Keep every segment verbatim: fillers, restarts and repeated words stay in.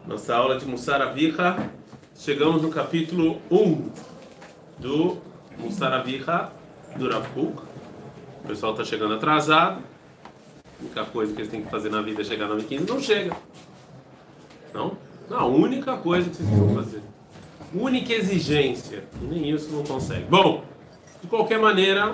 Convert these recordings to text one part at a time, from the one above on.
Nossa aula de Mussar Avicha, chegamos no capítulo um do Mussar Avicha do Rav Kook. O pessoal está chegando atrasado. A única coisa que eles têm que fazer na vida é chegar nove e quinze, não chega. Não? Não, a única coisa que vocês precisam fazer. Única exigência. E nem isso não consegue. Bom, de qualquer maneira,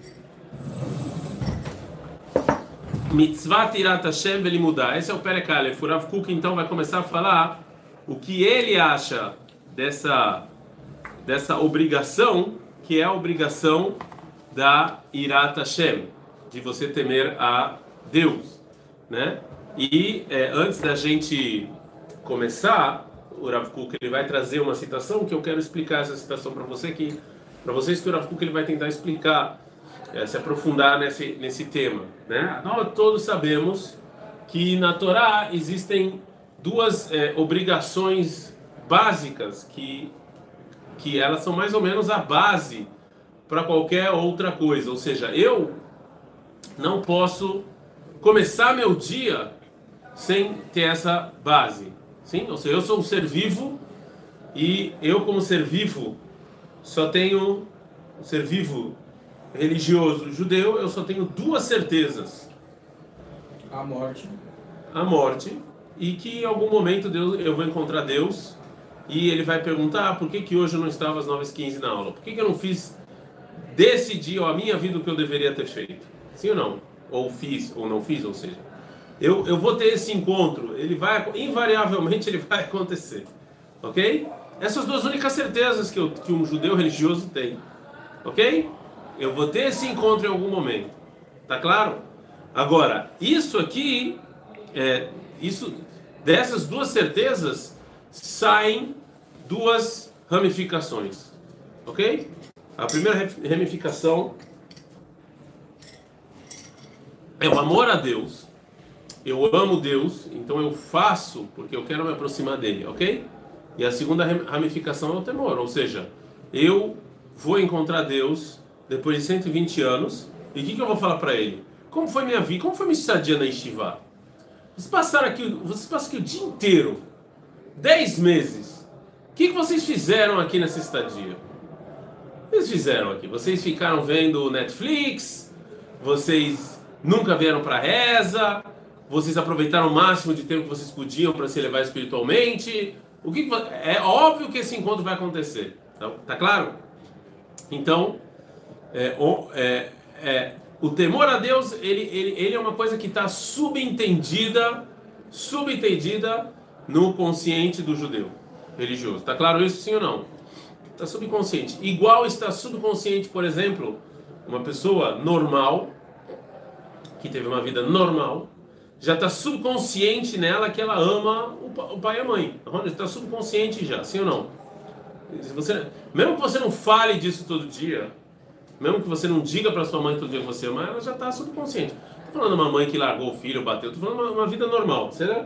Mitzvah Tirat Hashem Velimudá. Esse é o Perek Aleph. O Rav Kook então vai começar a falar o que ele acha dessa, dessa obrigação, que é a obrigação da Irat Hashem, de você temer a Deus, né? E é, antes da gente começar, o Rav Kook ele vai trazer uma citação que eu quero explicar essa citação para você aqui, para vocês, que o Rav Kook ele vai tentar explicar, é, se aprofundar nesse nesse tema, né? Nós todos sabemos que na Torá existem duas é, obrigações básicas que que elas são mais ou menos a base para qualquer outra coisa, ou seja, eu não posso começar meu dia sem ter essa base, sim? Ou seja, eu sou um ser vivo e eu como ser vivo só tenho um ser vivo religioso judeu, eu só tenho duas certezas: a morte, a morte, e que em algum momento Deus, eu vou encontrar Deus e Ele vai perguntar: ah, por que que hoje eu não estava às nove e quinze na aula? Por que que eu não fiz desse dia ou a minha vida o que eu deveria ter feito? Sim ou não? Ou fiz ou não fiz, ou seja, eu, eu vou ter esse encontro, ele vai, invariavelmente ele vai acontecer, ok? Essas duas únicas certezas que, eu, que um judeu religioso tem, ok? Eu vou ter esse encontro em algum momento, tá claro? Agora, isso aqui, é, isso, dessas duas certezas saem duas ramificações, ok? A primeira ramificação é o amor a Deus. Eu amo Deus, então eu faço porque eu quero me aproximar dele, ok? E a segunda ramificação é o temor, ou seja, eu vou encontrar Deus depois de cento e vinte anos, e o que, que eu vou falar para ele? Como foi minha vida? Como foi minha estadia na Yeshiva? Vocês passaram aqui, vocês passam aqui o dia inteiro, dez meses. O que, que vocês fizeram aqui nessa estadia? O que vocês fizeram aqui? Vocês ficaram vendo Netflix? Vocês nunca vieram para reza? Vocês aproveitaram o máximo de tempo que vocês podiam para se elevar espiritualmente? O que, que é óbvio que esse encontro vai acontecer, tá, tá claro? Então, é, o, é, é, o temor a Deus ele, ele, ele é uma coisa que está subentendida, subentendida no consciente do judeu religioso. Tá claro isso, sim ou não? Está subconsciente. Igual está subconsciente, por exemplo, uma pessoa normal que teve uma vida normal, já está subconsciente nela que ela ama o pai e a mãe. Está subconsciente já, sim ou não? Se você, mesmo que você não fale disso todo dia, mesmo que você não diga para sua mãe todo dia que você ama, ela já está subconsciente. Estou falando de uma mãe que largou o filho, bateu, estou falando de uma, uma vida normal. Será?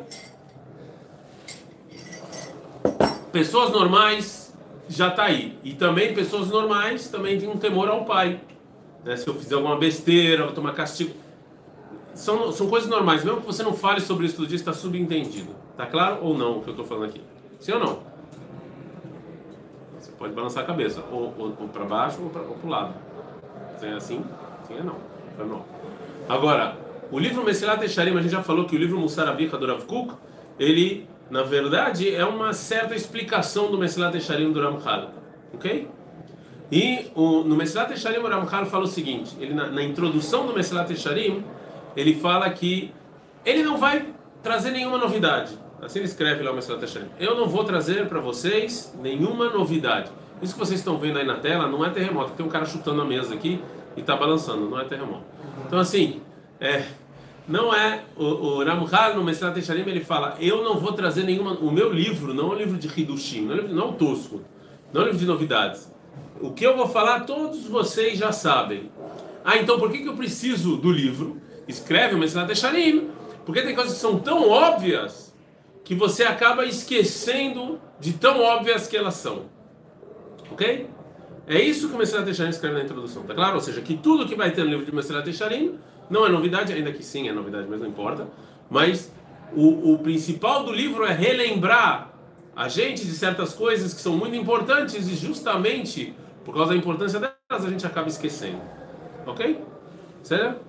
Pessoas normais já está aí. E também pessoas normais também têm um temor ao pai. Né? Se eu fizer alguma besteira, vou tomar castigo. São, são coisas normais, mesmo que você não fale sobre isso todo dia, está subentendido. Tá claro ou não o que eu estou falando aqui? Sim ou não? Você pode balançar a cabeça, ou, ou, ou para baixo ou para o lado. Se é assim, sim ou não. Ou não. Agora, o livro Mesilat Yesharim, a gente já falou que o livro Mussar Avicha do Rav Kook, ele, na verdade, é uma certa explicação do Mesilat Yesharim do Ramchal, ok? E o, no Mesilat Yesharim o Ramchal fala o seguinte, ele, na, na introdução do Mesilat Yesharim, ele fala que ele não vai trazer nenhuma novidade. Assim ele escreve lá o Mesilat Yesharim. Eu não vou trazer para vocês nenhuma novidade. Isso que vocês estão vendo aí na tela não é terremoto. Tem um cara chutando a mesa aqui e está balançando, não é terremoto. Então assim, é, não é... O, o Ramchal no Mesilat Yesharim ele fala: eu não vou trazer nenhuma... O meu livro não é um livro de Hidushim, não é um livro, não é um tosco, não é um livro de novidades. O que eu vou falar todos vocês já sabem. Ah, então por que, que eu preciso do livro? Escreve o Mesilat Yesharim, porque tem coisas que são tão óbvias que você acaba esquecendo de tão óbvias que elas são. Ok? É isso que o Mesilat Yesharim escreve na introdução, tá claro? Ou seja, que tudo que vai ter no livro de Mesilat Yesharim não é novidade, ainda que sim é novidade, mas não importa. Mas O, o principal do livro é relembrar a gente de certas coisas que são muito importantes e justamente por causa da importância delas a gente acaba esquecendo. Ok? Sério?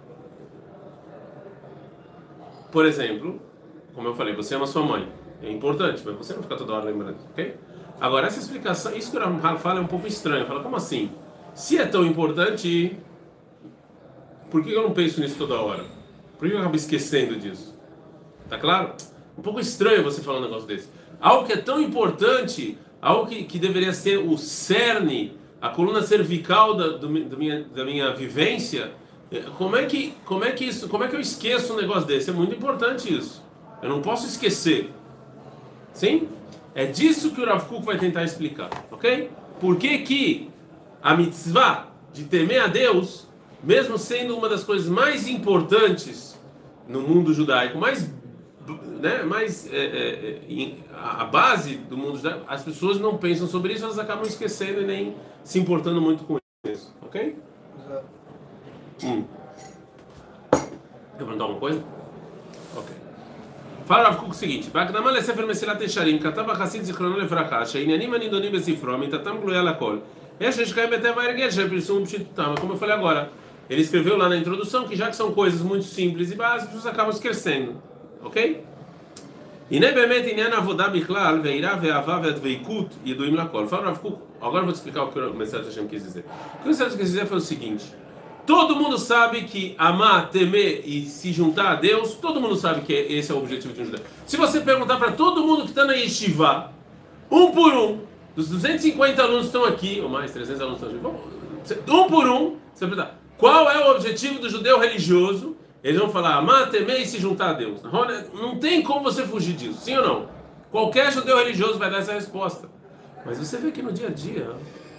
Por exemplo, como eu falei, você ama sua mãe. É importante, mas você não fica toda hora lembrando. Ok? Agora, essa explicação, isso que o Ramchal fala é um pouco estranho. Fala, como assim? Se é tão importante, por que eu não penso nisso toda hora? Por que eu acabo esquecendo disso? Tá claro? Um pouco estranho você falar um negócio desse. Algo que é tão importante, algo que, que deveria ser o cerne, a coluna cervical da, do, do minha, da minha vivência, como é, que, como, é que isso, como é que eu esqueço um negócio desse? É muito importante isso. Eu não posso esquecer. Sim? É disso que o Rav Kook vai tentar explicar. Ok? Por que que a mitzvah de temer a Deus, mesmo sendo uma das coisas mais importantes no mundo judaico, mais, né, mais é, é, a base do mundo judaico, as pessoas não pensam sobre isso, elas acabam esquecendo e nem se importando muito com isso. Ok? Exato. Hum. Quer perguntar alguma coisa? Ok. Fala o seguinte: Bagdama le Sefer Mesilat Yesharim, Katava Chassid Zichrono Levracha, Sheinanim Anidonim Besifro, Mitatam Gluya Lakol. Eshes Kaim Beteva Ergel, Shepirsum Pshitutam. Como eu falei agora, ele escreveu lá na introdução que já que são coisas muito simples e básicas, as pessoas acabam esquecendo. Ok? Ine Bemet Inyan Avodah Bichlal, Veira Ve'ava Ve'adveikut Yeduim Lakol. Fala Rav Kook, agora eu vou te explicar o que o Mesilat Hashem quis dizer. O que o Mesilat quis dizer foi o seguinte: todo mundo sabe que amar, temer e se juntar a Deus, todo mundo sabe que esse é o objetivo de um judeu. Se você perguntar para todo mundo que está na Yeshiva, um por um, dos duzentos e cinquenta alunos que estão aqui, ou mais, trezentos alunos que estão aqui, um por um, você vai perguntar, qual é o objetivo do judeu religioso? Eles vão falar, amar, temer e se juntar a Deus. Não tem como você fugir disso, sim ou não? Qualquer judeu religioso vai dar essa resposta. Mas você vê que no dia a dia...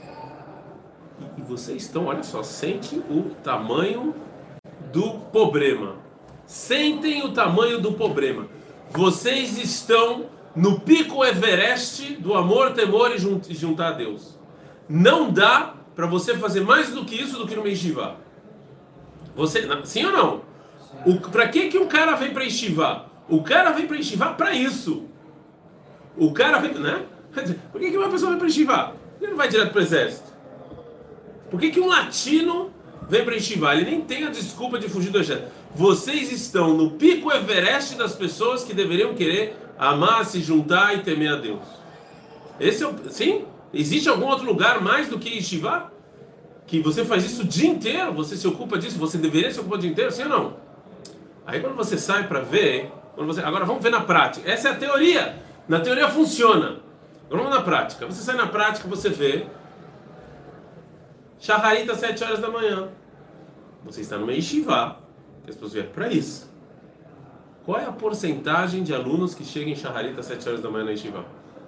E vocês estão, olha só, sentem o tamanho do problema. Sentem o tamanho do problema. Vocês estão no pico Everest do amor, temor e juntar a Deus. Não dá para você fazer mais do que isso do que no Yeshiva. Você, sim ou não? Para que que um cara vem para Yeshiva? O cara vem para Yeshiva para isso. O cara vem, né? Por que que uma pessoa vem para Yeshiva? Ele não vai direto para o exército. Por que que um latino vem para Yeshiva? Ele nem tem a desculpa de fugir do exército. Vocês estão no pico Everest das pessoas que deveriam querer amar, se juntar e temer a Deus. Esse é o... Sim? Existe algum outro lugar mais do que Yeshiva? Que você faz isso o dia inteiro? Você se ocupa disso? Você deveria se ocupar o dia inteiro? Sim ou não? Aí quando você sai para ver... Quando você... Agora vamos ver na prática. Essa é a teoria. Na teoria funciona. Agora vamos na prática. Você sai na prática, você vê... Shaharita, sete horas da manhã. Você está numa yeshiva, que as pessoas vieram para isso. Qual é a porcentagem de alunos que chegam em Shaharita às sete horas da manhã na yeshiva?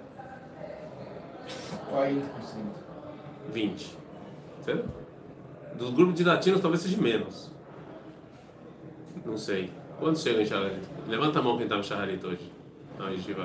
quarenta por cento. vinte. Certo? Dos grupos de latinos talvez seja menos. Não sei. Quantos chegam em Shaharita? Levanta a mão quem está no Shaharita hoje. Na yeshiva.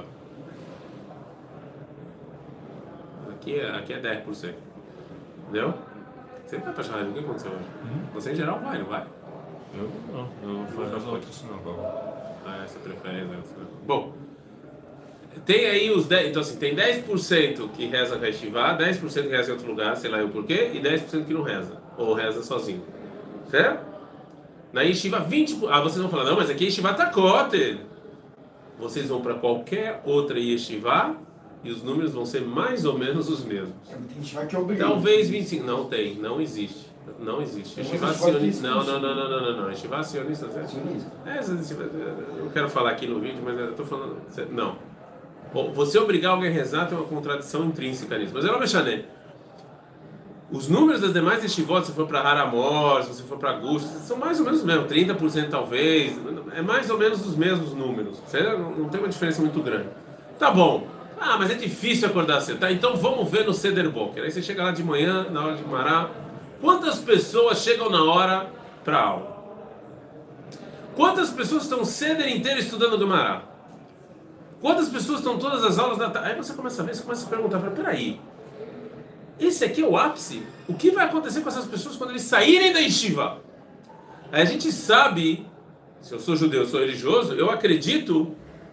Aqui é, aqui é dez por cento. Entendeu? Você vai pra Shaharita, o que aconteceu hoje? Uhum. Você em geral vai, não vai? Eu não, eu fui nas outras sinagogas. Ah, você prefere as outras. Bom, tem aí os dez, então assim, tem dez por cento que reza com a yeshiva, dez por cento que reza em outro lugar, sei lá o porquê, e dez por cento que não reza, ou reza sozinho. Certo? Na yeshiva, vinte por cento. Ah, vocês vão falar, não, mas aqui a yeshiva tá kotel. Vocês vão para qualquer outra yeshiva e os números vão ser mais ou menos os mesmos. Talvez vinte e cinco. Não tem, não existe. Não existe. Yeshiva sionista. Não, não, não, não, não, não, não. Yeshiva sionista. É, eu não quero falar aqui no vídeo, mas eu estou falando. Não. Você obrigar alguém a rezar tem uma contradição intrínseca nisso. Mas eu não mexer. Os números das demais yeshivot, se for para Haramor, se você for para Gush, são mais ou menos os mesmos. trinta por cento talvez. É mais ou menos os mesmos números. Não, não tem uma diferença muito grande. Tá bom. Ah, mas é difícil acordar cedo. Tá, então vamos ver no Seder Boker. Aí você chega lá de manhã, na hora de Mará. Quantas pessoas chegam na hora para aula? Quantas pessoas estão o Seder inteiro estudando Gemara? Quantas pessoas estão todas as aulas da tarde? Aí você começa a ver, você começa a perguntar, peraí, esse aqui é o ápice? O que vai acontecer com essas pessoas quando eles saírem da yeshiva? Aí a gente sabe, se eu sou judeu, eu sou religioso, eu acredito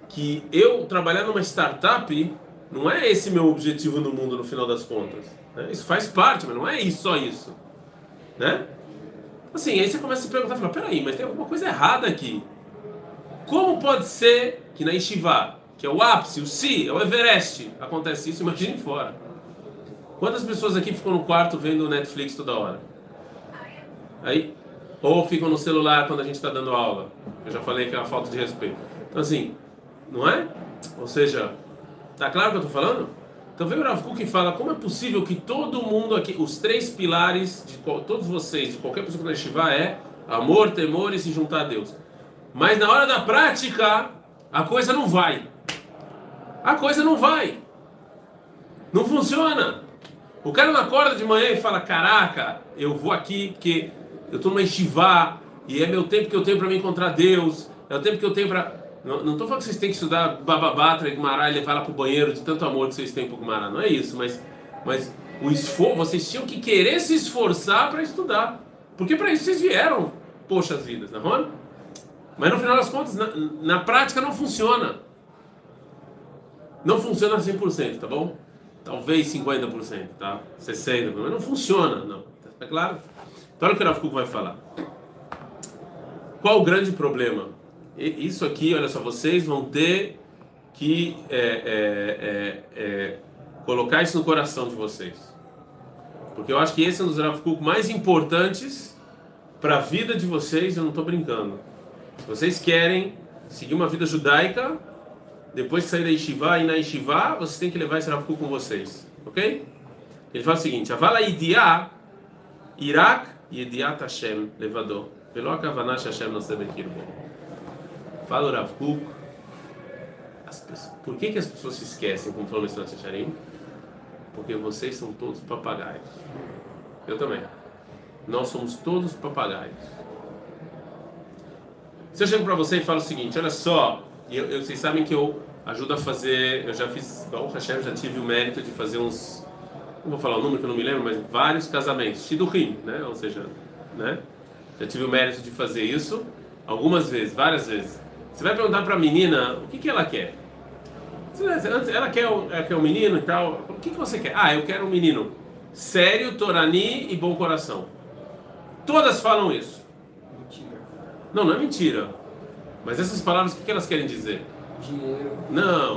que eu trabalhar numa startup não é esse meu objetivo no mundo no final das contas. Né? Isso faz parte, mas não é isso, só isso. Né? Assim, aí você começa a se perguntar, fala, peraí, mas tem alguma coisa errada aqui. Como pode ser que na Yeshiva, que é o ápice, o Si, é o Everest, acontece isso? Imagine fora. Quantas pessoas aqui ficam no quarto vendo Netflix toda hora? Aí, ou ficam no celular quando a gente está dando aula. Eu já falei que é uma falta de respeito. Então assim, não é? Ou seja, tá claro o que eu estou falando? Então vem o Rav Kuk e fala, como é possível que todo mundo aqui, os três pilares de todos vocês, de qualquer pessoa que na Yeshiva é amor, temor e se juntar a Deus. Mas na hora da prática, a coisa não vai. A coisa não vai. Não funciona. O cara não acorda de manhã e fala, caraca, eu vou aqui porque eu estou numa Yeshiva e é meu tempo que eu tenho para me encontrar Deus, é o tempo que eu tenho para... Não estou falando que vocês têm que estudar Bababatra e Gumará e levar ela para o banheiro de tanto amor que vocês têm para o Gumará, não é isso, mas, mas o esforço, vocês tinham que querer se esforçar para estudar, porque para isso vocês vieram, poxa as vidas, não é? Mas no final das contas, na, na prática não funciona. Não funciona cem por cento, tá bom? Talvez cinquenta por cento, tá? sessenta por cento, mas não funciona, não. Tá claro? Então olha o que o Rav Kuk vai falar. Qual o grande problema? E, isso aqui, olha só, vocês vão ter que é, é, é, é, colocar isso no coração de vocês. Porque eu acho que esse é um dos Rav Kuk mais importantes para a vida de vocês, eu não estou brincando. Se vocês querem seguir uma vida judaica, depois que sair da Yeshiva e na Yeshiva, vocês têm que levar esse Rav Kuk com vocês, ok? Ele fala o seguinte: Avala Idiá, Irak, Idiat Hashem, levador. Velo Akavaná Hashem não se bekirbo. Fala o Rav Kuk. Por que que as pessoas se esquecem, como falou no Estado de Shacharim? Porque vocês são todos papagaios. Eu também. Nós somos todos papagaios. Se eu chego para você e falo o seguinte, olha só, eu, eu, vocês sabem que eu ajudo a fazer, eu já fiz, Baruch Hashem, já tive o mérito de fazer uns, não vou falar o número que eu não me lembro, mas vários casamentos, Shidurim, né? Ou seja, né? Já tive o mérito de fazer isso algumas vezes, várias vezes. Você vai perguntar para a menina o que, que ela quer. Ela quer, ela quer um menino e tal. O que, que você quer? Ah, eu quero um menino sério, torani e bom coração. Todas falam isso. Mentira. Não, não é mentira. Mas essas palavras, o que, que elas querem dizer? Dinheiro. Não.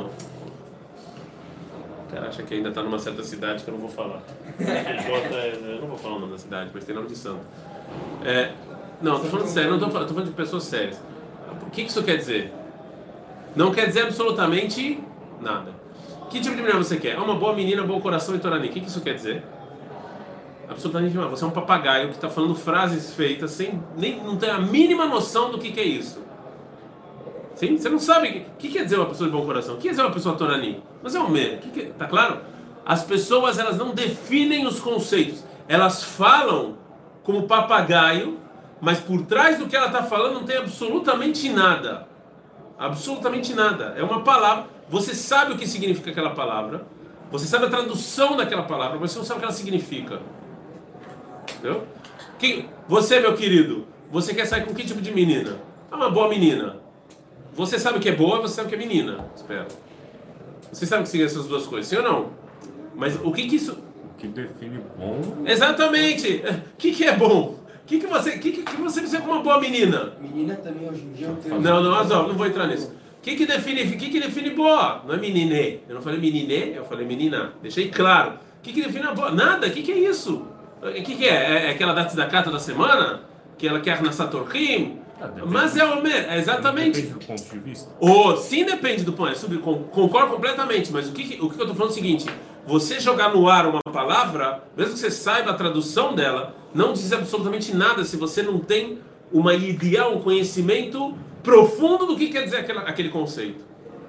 O cara acha que ainda está numa certa cidade que eu não vou falar. Eu não vou falar o nome da cidade, mas tem nome de santo. É, não, estou falando sério, não estou falando, falando de pessoas sérias. O que, que isso quer dizer? Não quer dizer absolutamente nada. Que tipo de menina você quer? Uma boa menina, bom coração e torani. O que, que isso quer dizer? Absolutamente nada. Você é um papagaio que está falando frases feitas sem nem não tem a mínima noção do que, que é isso. Sim? Você não sabe o que, que quer dizer uma pessoa de bom coração. O que quer dizer uma pessoa torani? Mas é um mer. Que que, tá claro? As pessoas, elas não definem os conceitos. Elas falam como papagaio, mas por trás do que ela está falando não tem absolutamente nada. Absolutamente nada. É uma palavra. Você sabe o que significa aquela palavra. Você sabe a tradução daquela palavra, mas você não sabe o que ela significa. Entendeu? Que, você, meu querido, você quer sair com que tipo de menina? É uma boa menina. Você sabe o que é boa, você sabe o que é menina. Espera. Você sabe o que significa essas duas coisas, sim ou não? Mas o que que isso... O que define bom... Exatamente. O que que é bom? O que que você, que, que, que você precisa com uma boa menina? Menina também hoje em dia eu tenho... Não, não, Azov, não vou entrar nisso. O que que define, que que define boa? Não é menine. Eu não falei menine, eu falei menina. Deixei claro. O que que define a boa? Nada. O que que é isso? O que que é? É aquela data da carta da semana? Que ela quer na Satorrim? Ah, Mas é o mer, é exatamente. Depende do ponto de vista. Oh, sim, depende do ponto. É, concordo completamente, mas o que, o que eu estou falando é o seguinte: você jogar no ar uma palavra, mesmo que você saiba a tradução dela, não diz absolutamente nada se você não tem uma ideia, um conhecimento profundo do que quer dizer aquela, aquele conceito.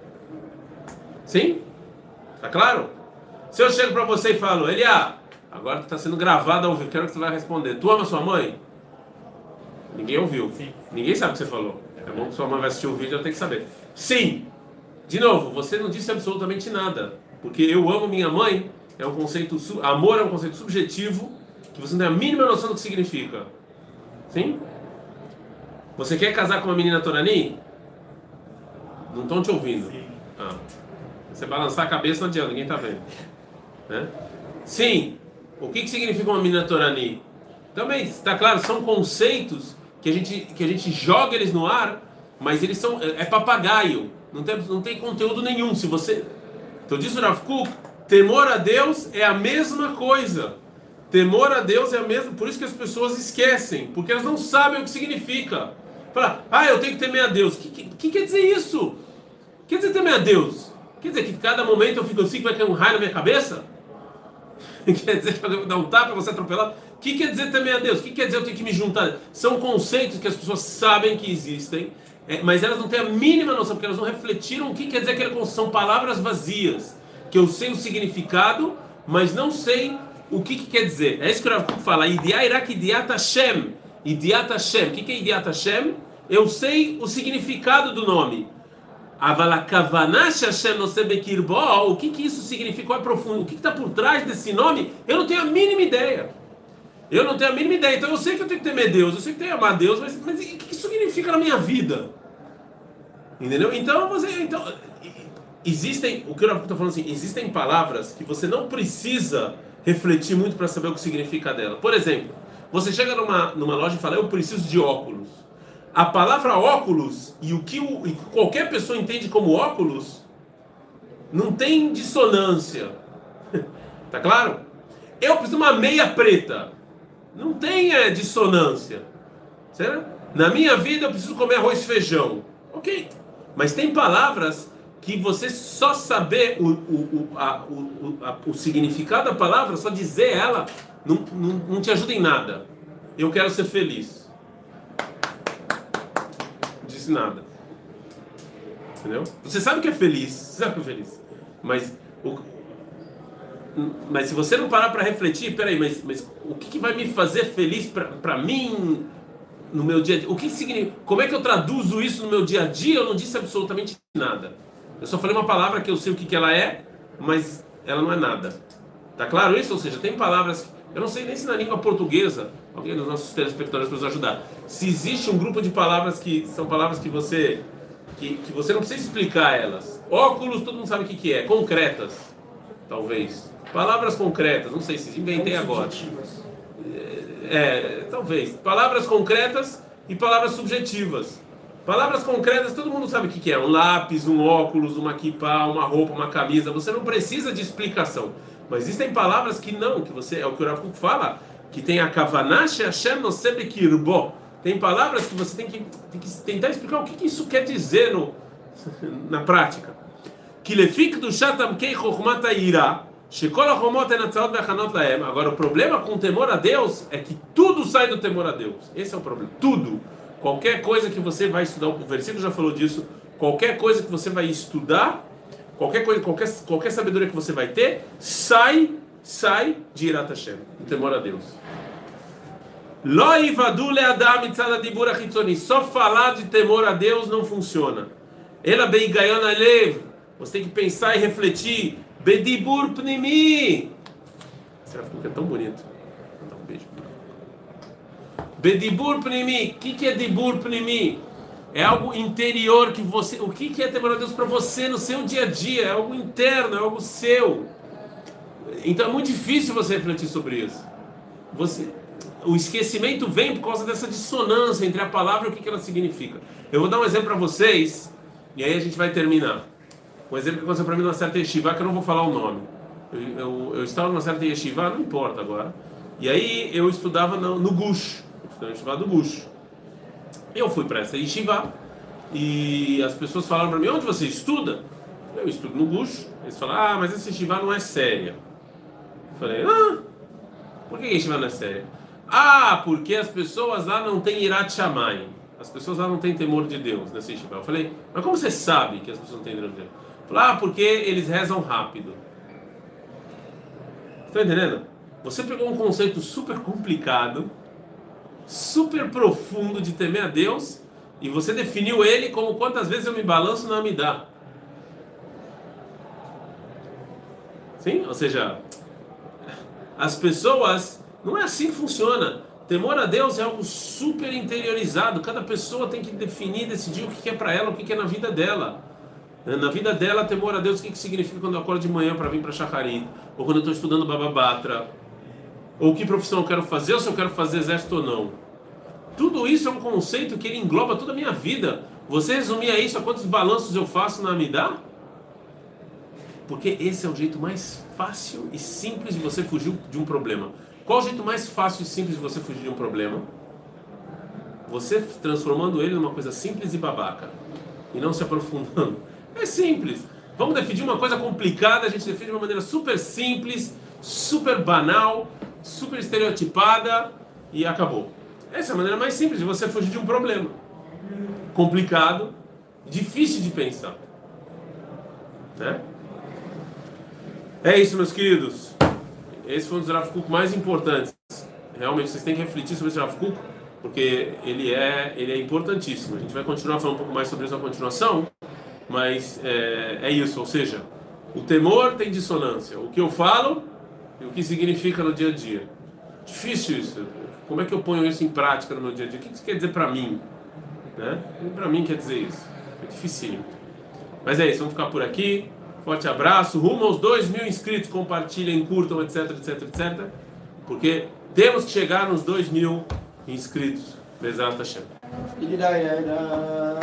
Sim? Tá claro? Se eu chego para você e falo, Eliá, agora está sendo gravado ao vivo, quero que você vai responder. Tu ama sua mãe? Ninguém ouviu. Sim. Ninguém sabe o que você falou. É bom que sua mãe vai assistir o vídeo, ela tem que saber. Sim! De novo, você não disse absolutamente nada. Porque eu amo minha mãe, é um conceito... Amor é um conceito subjetivo que você não tem a mínima noção do que significa. Sim? Você quer casar com uma menina torani? Não estão te ouvindo. Ah. Você balançar a cabeça não adianta, ninguém está vendo. Né? Sim. O que, que significa uma mina Torani? Também, está claro, são conceitos que a, gente, que a gente joga eles no ar, mas eles são... É, é papagaio. Não tem, não tem conteúdo nenhum. Se você... Então diz o Rav Kook, temor a Deus é a mesma coisa. Temor a Deus é a mesma... Por isso que as pessoas esquecem. Porque elas não sabem o que significa. Fala, ah, eu tenho que temer a Deus. O que, que, que quer dizer isso? Quer dizer temer a Deus? Quer dizer que cada momento eu fico assim, que vai cair um raio na minha cabeça? Quer dizer que eu vou dar um tapa, você atropelado? O que quer dizer temer a Deus? O que quer dizer eu tenho que me juntar? São conceitos que as pessoas sabem que existem, é, mas elas não têm a mínima noção, porque elas não refletiram o que quer dizer aquela conceição. São palavras vazias, que eu sei o significado, mas não sei o que, que quer dizer. É isso que o Rav Kook fala, Idiá Irak Idiat Hashem. Idiat Hashem. O que, que é Idiat Hashem? Eu sei o significado do nome. O que que isso significa? Qual é profundo? O que está por trás desse nome? Eu não tenho a mínima ideia. Eu não tenho a mínima ideia. Então eu sei que eu tenho que temer Deus, eu sei que tenho que amar Deus, mas, mas o que isso significa na minha vida? Entendeu? Então você, então existem, o que eu estou falando assim, existem palavras que você não precisa refletir muito para saber o que significa dela. Por exemplo, você chega numa numa loja e fala, eu preciso de óculos. A palavra óculos e o que o, e qualquer pessoa entende como óculos não tem dissonância. Tá claro? Eu preciso de uma meia preta. Não tem é, dissonância. Certo? Na minha vida eu preciso comer arroz e feijão. Ok. Mas tem palavras que você só saber o, o, o, a, o, a, o significado da palavra, só dizer ela, não, não, não te ajuda em nada. Eu quero ser feliz. Nada, entendeu? Você sabe que é feliz, você sabe que é feliz, mas o, mas se você não parar para refletir, peraí, mas, mas o que, que vai me fazer feliz para mim no meu dia a dia? O que significa? Como é que eu traduzo isso no meu dia a dia? Eu não disse absolutamente nada. Eu só falei uma palavra que eu sei o que, que ela é, mas ela não é nada. Tá claro isso? Ou seja, tem palavras. Eu não sei nem se na língua portuguesa, alguém dos nossos telespectadores para nos ajudar, se existe um grupo de palavras que são palavras que você que, que você não precisa explicar elas. Óculos, todo mundo sabe o que, que é. Concretas, talvez. Palavras concretas, não sei se inventei agora. É, é, talvez. Palavras concretas e palavras subjetivas. Palavras concretas, todo mundo sabe o que, que é. Um lápis, um óculos, uma kippah, uma roupa, uma camisa. Você não precisa de explicação. Mas existem palavras que não, que você, é o que o Rav Kook fala, que tem a kavanah she'Hashem noseh bekirbo. Tem palavras que você tem que, tem que tentar explicar o que, que isso quer dizer no, na prática. Que lefik do shatamkei chokhmat ha'ira, shekol ha'chomot enatzaot ve'achanot lahem. Agora o problema com o temor a Deus é que tudo sai do temor a Deus. Esse é o problema. Tudo. Qualquer coisa que você vai estudar, o versículo já falou disso, qualquer coisa que você vai estudar, qualquer coisa, qualquer, qualquer sabedoria que você vai ter, sai, sai de Irat Hashem, do temor a Deus. Lo ivadu le'adam mitzad hadibur hachitzoni. Só falar de temor a Deus não funciona. Ela beigayon alev. Você tem que pensar e refletir. Bedibur pnimi. Será que é tão bonito? Vou dar um beijo. Bedibur pnimi. O que, que é dibur pnimi? É algo interior que você... O que, que é temor a Deus para você no seu dia a dia? É algo interno, é algo seu. Então é muito difícil você refletir sobre isso. Você... O esquecimento vem por causa dessa dissonância entre a palavra e o que ela significa. Eu vou dar um exemplo para vocês, e aí a gente vai terminar. Um exemplo que aconteceu para mim numa certa yeshiva, que eu não vou falar o nome. Eu, eu, eu estava numa certa yeshiva, não importa agora. E aí eu estudava no, no Gush, eu estudava no yeshiva do Gush. Eu fui para essa yeshiva, e as pessoas falaram para mim, onde você estuda? Eu estudo no Gush. Eles falaram, ah, mas essa yeshiva não é séria. Eu falei, ah, por que a yeshiva não é séria? Ah, porque as pessoas lá não têm Irat Shamayim. As pessoas lá não têm temor de Deus nessa yeshiva. Eu falei, mas como você sabe que as pessoas não têm temor de Deus? Eu falei, ah, porque eles rezam rápido. Está entendendo? Você pegou um conceito super complicado, super profundo de temer a Deus, e você definiu ele como quantas vezes eu me balanço na Amidá. Sim? Ou seja, as pessoas... Não é assim que funciona. Temor a Deus é algo super interiorizado. Cada pessoa tem que definir, decidir o que é para ela, o que é na vida dela. Na vida dela, temor a Deus, o que, que significa quando eu acordo de manhã para vir para Shacharit? Ou quando eu estou estudando Baba Batra? Ou que profissão eu quero fazer, ou se eu quero fazer exército ou não? Tudo isso é um conceito que ele engloba toda a minha vida. Você resumia isso a quantos balanços eu faço na Amidá? Porque esse é o jeito mais fácil e simples de você fugir de um problema. Qual o jeito mais fácil e simples de você fugir de um problema? Você transformando ele numa coisa simples e babaca. E não se aprofundando. É simples. Vamos definir uma coisa complicada, a gente define de uma maneira super simples, super banal, super estereotipada e acabou. Essa é a maneira mais simples de você fugir de um problema. Complicado, difícil de pensar. Né? É isso, meus queridos. Esse foi um dos Rav Kuk mais importantes. Realmente, vocês têm que refletir sobre esse Rav Kuk, porque ele é, ele é importantíssimo. A gente vai continuar falando um pouco mais sobre isso na continuação, mas é, é isso, ou seja, o temor tem dissonância. O que eu falo e o que significa no dia a dia. Difícil isso. Como é que eu ponho isso em prática no meu dia a dia? O que isso quer dizer para mim? Né? Para mim quer dizer isso. É dificílimo. Mas é isso, vamos ficar por aqui. Forte abraço. Rumo aos dois mil inscritos. Compartilhem, curtam, etc, etc, etcétera. Porque temos que chegar nos dois mil inscritos. Bezat Hashem.